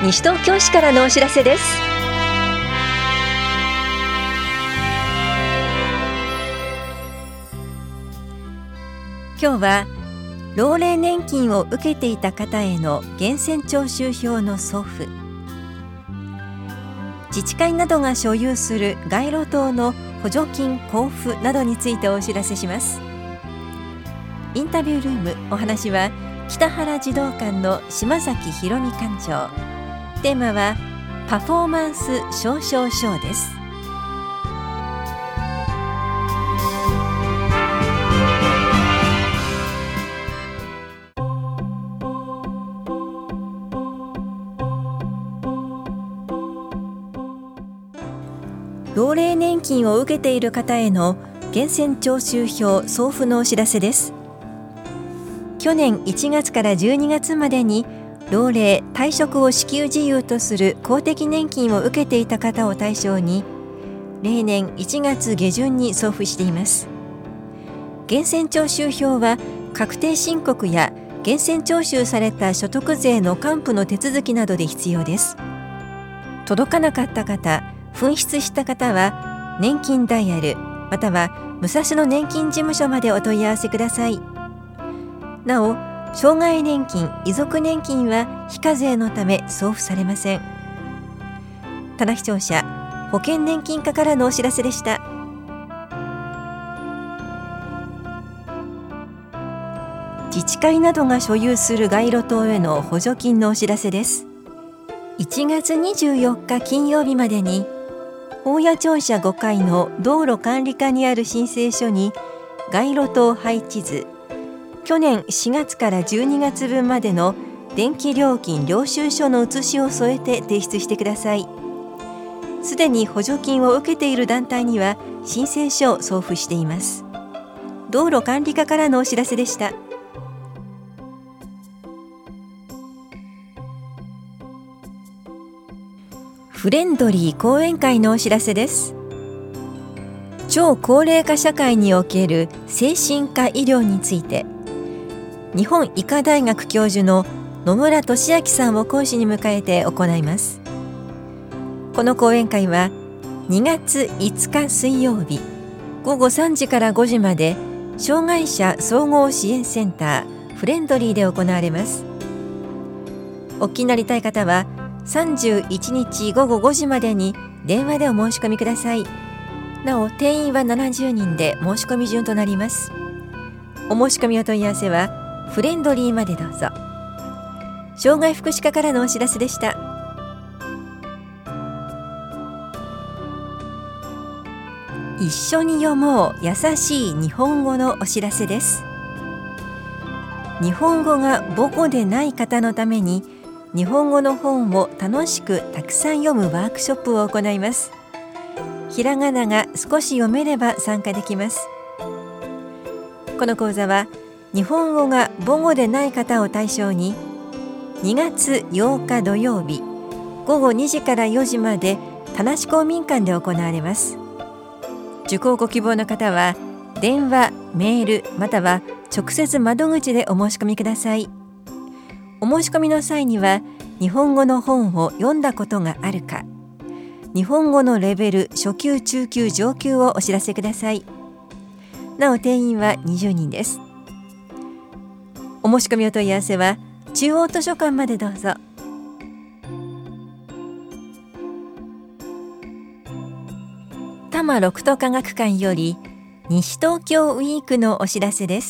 西東京市からのお知らせです。今日は老齢年金を受けていた方への源泉徴収票の送付、自治会などが所有する街路灯の補助金交付などについてお知らせします。インタビュールーム、お話は北原児童館の島崎博美館長。テーマはパフォーマンス証書証です。老齢年金を受けている方への源泉徴収票送付のお知らせです。去年1月から12月までに老齢・退職を支給事由とする公的年金を受けていた方を対象に、例年1月下旬に送付しています。源泉徴収票は確定申告や源泉徴収された所得税の還付の手続きなどで必要です。届かなかった方、紛失した方は年金ダイヤルまたは武蔵野年金事務所までお問い合わせください。なお、障害年金・遺族年金は非課税のため送付されません。棚視聴者、保険年金課からのお知らせでした。自治会などが所有する街路灯への補助金のお知らせです。1月24日金曜日までに大谷庁舎5階の道路管理課にある申請書に街路灯配置図、去年4月から12月分までの電気料金領収書の写しを添えて提出してください。すでに補助金を受けている団体には申請書を送付しています。道路管理課からのお知らせでした。フレンドリー講演会のお知らせです。超高齢化社会における精神科医療について、日本医科大学教授の野村俊明さんを講師に迎えて行います。この講演会は2月5日水曜日午後3時から5時まで障害者総合支援センターフレンドリーで行われます。お聞きになりたい方は31日午後5時までに電話でお申し込みください。なお、定員は70人で申し込み順となります。お申し込みお問い合わせはフレンドリーまでどうぞ。障害福祉課からのお知らせでした。一緒に読もう優しい日本語のお知らせです。日本語が母語でない方のために日本語の本を楽しくたくさん読むワークショップを行います。ひらがなが少し読めれば参加できます。この講座は日本語が母語でない方を対象に2月8日土曜日午後2時から4時まで田無公民館で行われます。受講ご希望の方は電話、メールまたは直接窓口でお申し込みください。お申し込みの際には日本語の本を読んだことがあるか、日本語のレベル初級、中級、上級をお知らせください。なお、定員は20人です。お申し込みお問い合わせは中央図書館までどうぞ。多摩六都科学館より西東京ウィークのお知らせです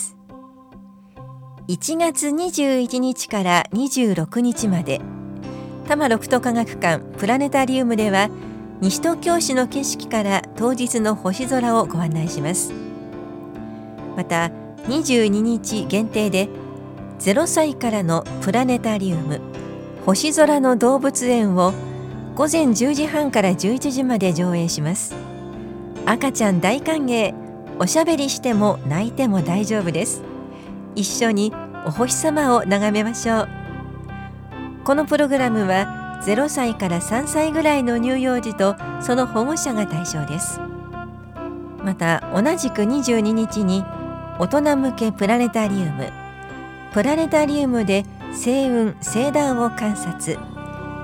。1月21日から26日まで多摩六都科学館プラネタリウムでは西東京市の景色から当日の星空をご案内します。また22日限定で0歳からのプラネタリウム星空の動物園を午前10時半から11時まで上映します。赤ちゃん大歓迎、おしゃべりしても泣いても大丈夫です。一緒にお星様を眺めましょう。このプログラムは0歳から3歳ぐらいの乳幼児とその保護者が対象です。また同じく22日に大人向けプラネタリウムプラネタリウムで星雲星団を観察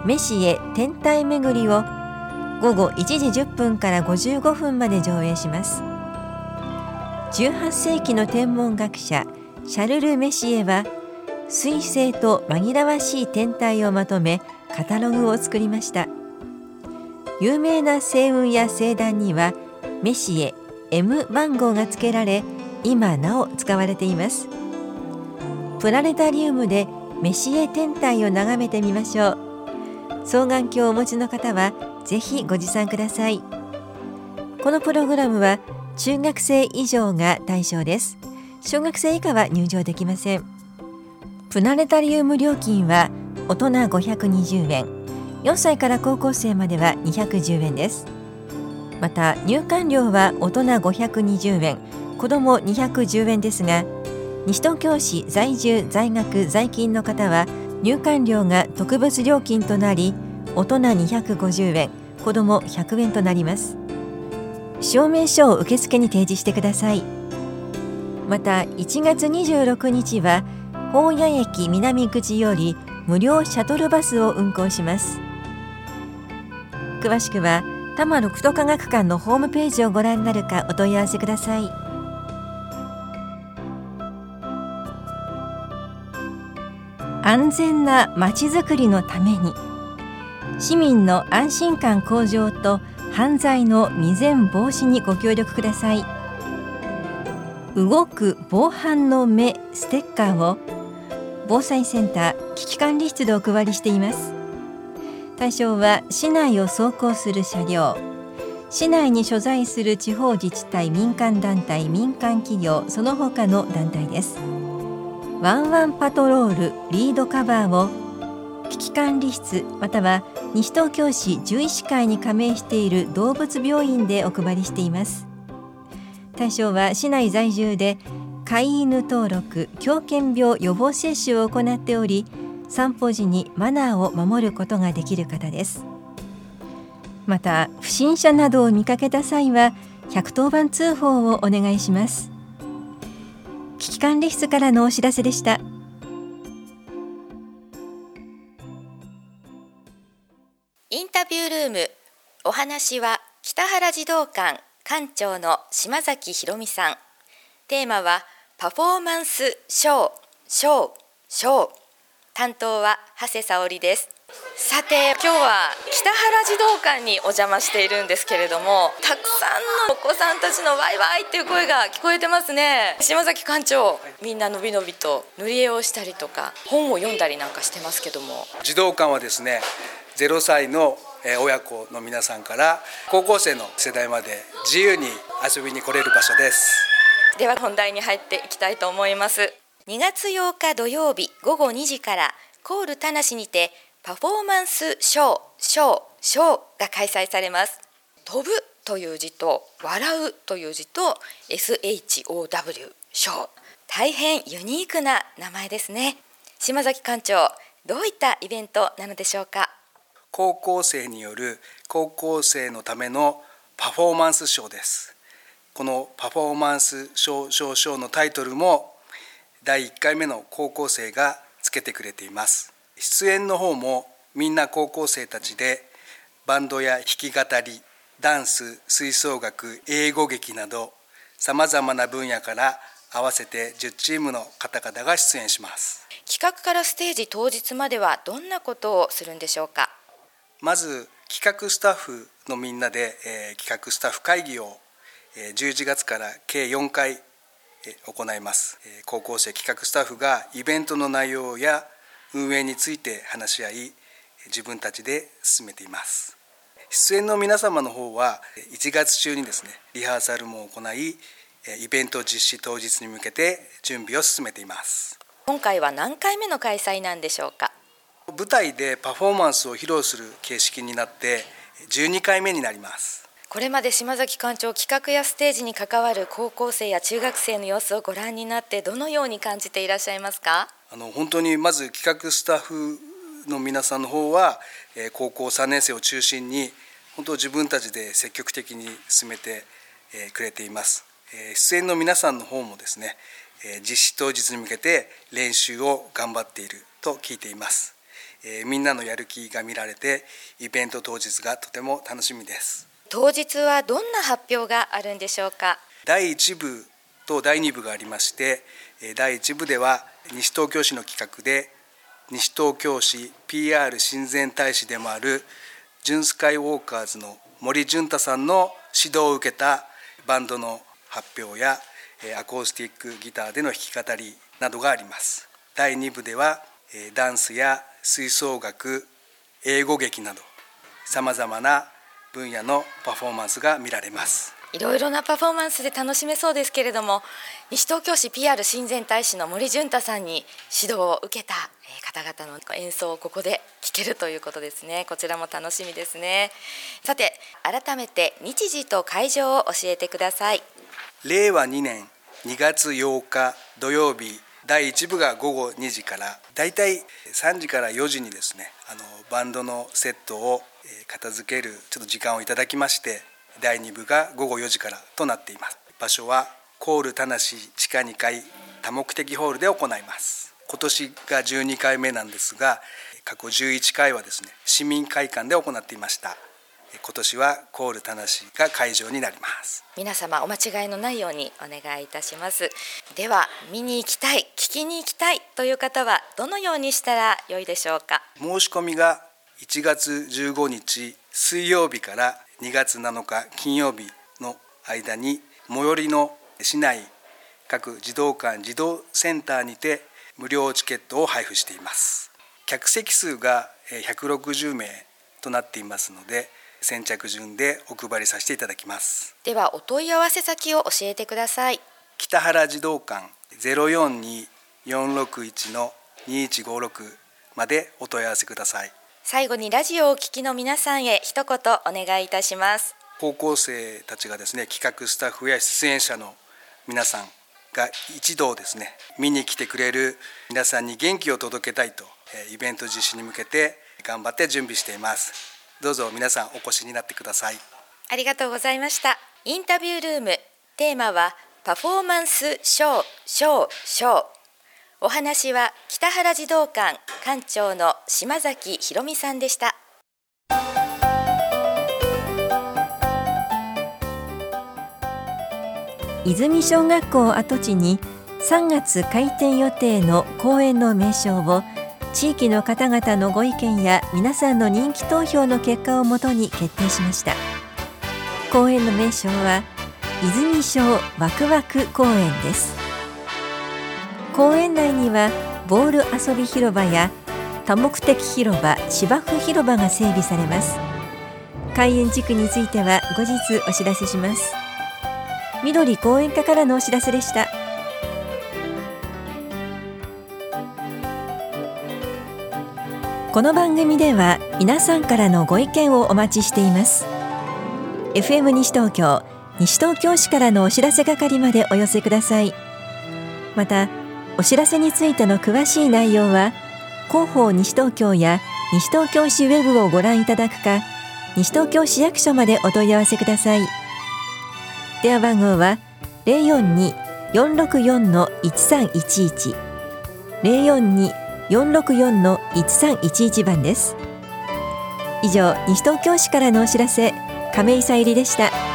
メシエ天体巡りを午後1時10分から55分まで上映します。18世紀の天文学者シャルル・メシエは彗星と紛らわしい天体をまとめカタログを作りました。有名な星雲や星団にはメシエ M 番号が付けられ、今なお使われています。プラネタリウムでメシエ天体を眺めてみましょう。双眼鏡をお持ちの方はぜひご持参ください。このプログラムは中学生以上が対象です。小学生以下は入場できません。プラネタリウム料金は大人520円、4歳から高校生までは210円です。また入館料は大人520円、子ども210円ですが、西東京市在住在学在勤の方は入館料が特別料金となり、大人250円、子ども100円となります。証明書を受付に提示してください。また1月26日は保谷駅南口より無料シャトルバスを運行します。詳しくは多摩六都科学館のホームページをご覧になるかお問い合わせください。安全なまちづくりのために、市民の安心感向上と犯罪の未然防止にご協力ください。動く防犯の目ステッカーを防災センター危機管理室でお配りしています。対象は市内を走行する車両、市内に所在する地方自治体、民間団体、民間企業、その他の団体です。ワンワンパトロールリードカバーを危機管理室または西東京市獣医師会に加盟している動物病院でお配りしています。対象は市内在住で飼い犬登録、狂犬病予防接種を行っており、散歩時にマナーを守ることができる方です。また不審者などを見かけた際は110番通報をお願いします。危機管理室からのお知らせでした。 インタビュールーム、お話は北原児童館館長の島崎ひろみさん。テーマはパフォーマンスショー。担当は長谷沙織です。さて今日は北原児童館にお邪魔しているんですけれども、たくさんのお子さんたちのワイワイっていう声が聞こえてますね。島崎館長、みんなのびのびと塗り絵をしたりとか本を読んだりなんかしてますけども、 児童館はですね、0歳の親子の皆さんから高校生の世代まで自由に遊びに来れる場所です。 では本題に入っていきたいと思います。2月8日土曜日午後2時からコール田無にてパフォーマンスショーが開催されます。飛ぶという字と笑うという字と SHOW ショー、大変ユニークな名前ですね。島崎館長、どういったイベントなのでしょうか。 高校生による高校生のためのパフォーマンスショーです。このパフォーマンスショーのタイトルも第1回目の高校生がつけてくれています。出演の方もみんな高校生たちでバンドや弾き語り、ダンス、吹奏楽、英語劇などさまざまな分野から合わせて10チームの方々が出演します。 企画からステージ当日まではどんなことをするんでしょうか。 まず企画スタッフのみんなで、企画スタッフ会議を、11月から計4回、行います。高校生企画スタッフがイベントの内容や運営について話し合い、自分たちで進めています。出演の皆様の方は1月中にですね、リハーサルも行い、イベント実施当日に向けて準備を進めています。 今回は何回目の開催なんでしょうか。 舞台でパフォーマンスを披露する形式になって12回目になります。 これまで島崎館長、企画やステージに関わる高校生や中学生の様子をご覧になってどのように感じていらっしゃいますか。 本当にまず企画スタッフの皆さんの方は高校3年生を中心に本当自分たちで積極的に進めてくれています。出演の皆さんの方もですね、実施当日に向けて練習を頑張っていると聞いています。 みんなのやる気が見られて、イベント当日がとても楽しみです。 当日はどんな発表があるんでしょうか。 第1部と第2部がありまして、第1部では西東京市の企画で、西東京市 PR 親善大使でもあるジュンスカイウォーカーズの森潤太さんの指導を受けたバンドの発表やアコースティックギターでの弾き語りなどがあります。第2部ではダンスや吹奏楽、英語劇などさまざまな分野のパフォーマンスが見られます。 いろいろなパフォーマンスで楽しめそうですけれども、西東京市 PR 親善大使の森潤太さんに指導を受けた方々の演奏をここで聴けるということですね。こちらも楽しみですね。さて、改めて日時と会場を教えてください。 令和2年2月8日土曜日、第1部が午後2時から、だいたい3時から4時にですね、バンドのセットを片付けるちょっと時間をいただきまして、第2部が午後4時からとなっています。場所はコール田無地下2階多目的ホールで行います。今年が12回目なんですが、過去11回はですね、市民会館で行っていました。今年はコール田無が会場になります。 皆様お間違いのないようにお願いいたします。では、見に行きたい、聞きに行きたいという方はどのようにしたら良いでしょうか。 申し込みが1月15日水曜日から2月7日金曜日の間に、最寄りの市内各児童館児童センターにて無料チケットを配布しています。客席数が160名となっていますので、先着順でお配りさせていただきます。 では、お問い合わせ先を教えてください。 北原児童館 042-461-2156 までお問い合わせください。 最後にラジオをお聞きの皆さんへ一言お願いいたします。 高校生たちがですね、企画スタッフや出演者の皆さんが一同ですね、見に来てくれる皆さんに元気を届けたいと、イベント実施に向けて頑張って準備しています。どうぞ皆さんお越しになってください。 ありがとうございました。インタビュールーム、テーマはパフォーマンスショー。お話は北原児童館館長の島崎ひ美さんでした。 泉小学校跡地に3月開店予定の公園の名称を、地域の方々のご意見や皆さんの人気投票の結果をもとに決定しました。公園の名称は泉小ワクワク公園です。公園内にはボール遊び広場や多目的広場、芝生広場が整備されます。開園時期については後日お知らせします。緑公園課からのお知らせでした。この番組では皆さんからのご意見をお待ちしています。 FM 西東京、西東京市からのお知らせ係までお寄せください。また、お知らせについての詳しい内容は広報西東京や西東京市ウェブをご覧いただくか、西東京市役所までお問い合わせください。電話番号は 042-464-1311 042-464-1311 番です。以上、西東京市からのお知らせ、亀井さゆりでした。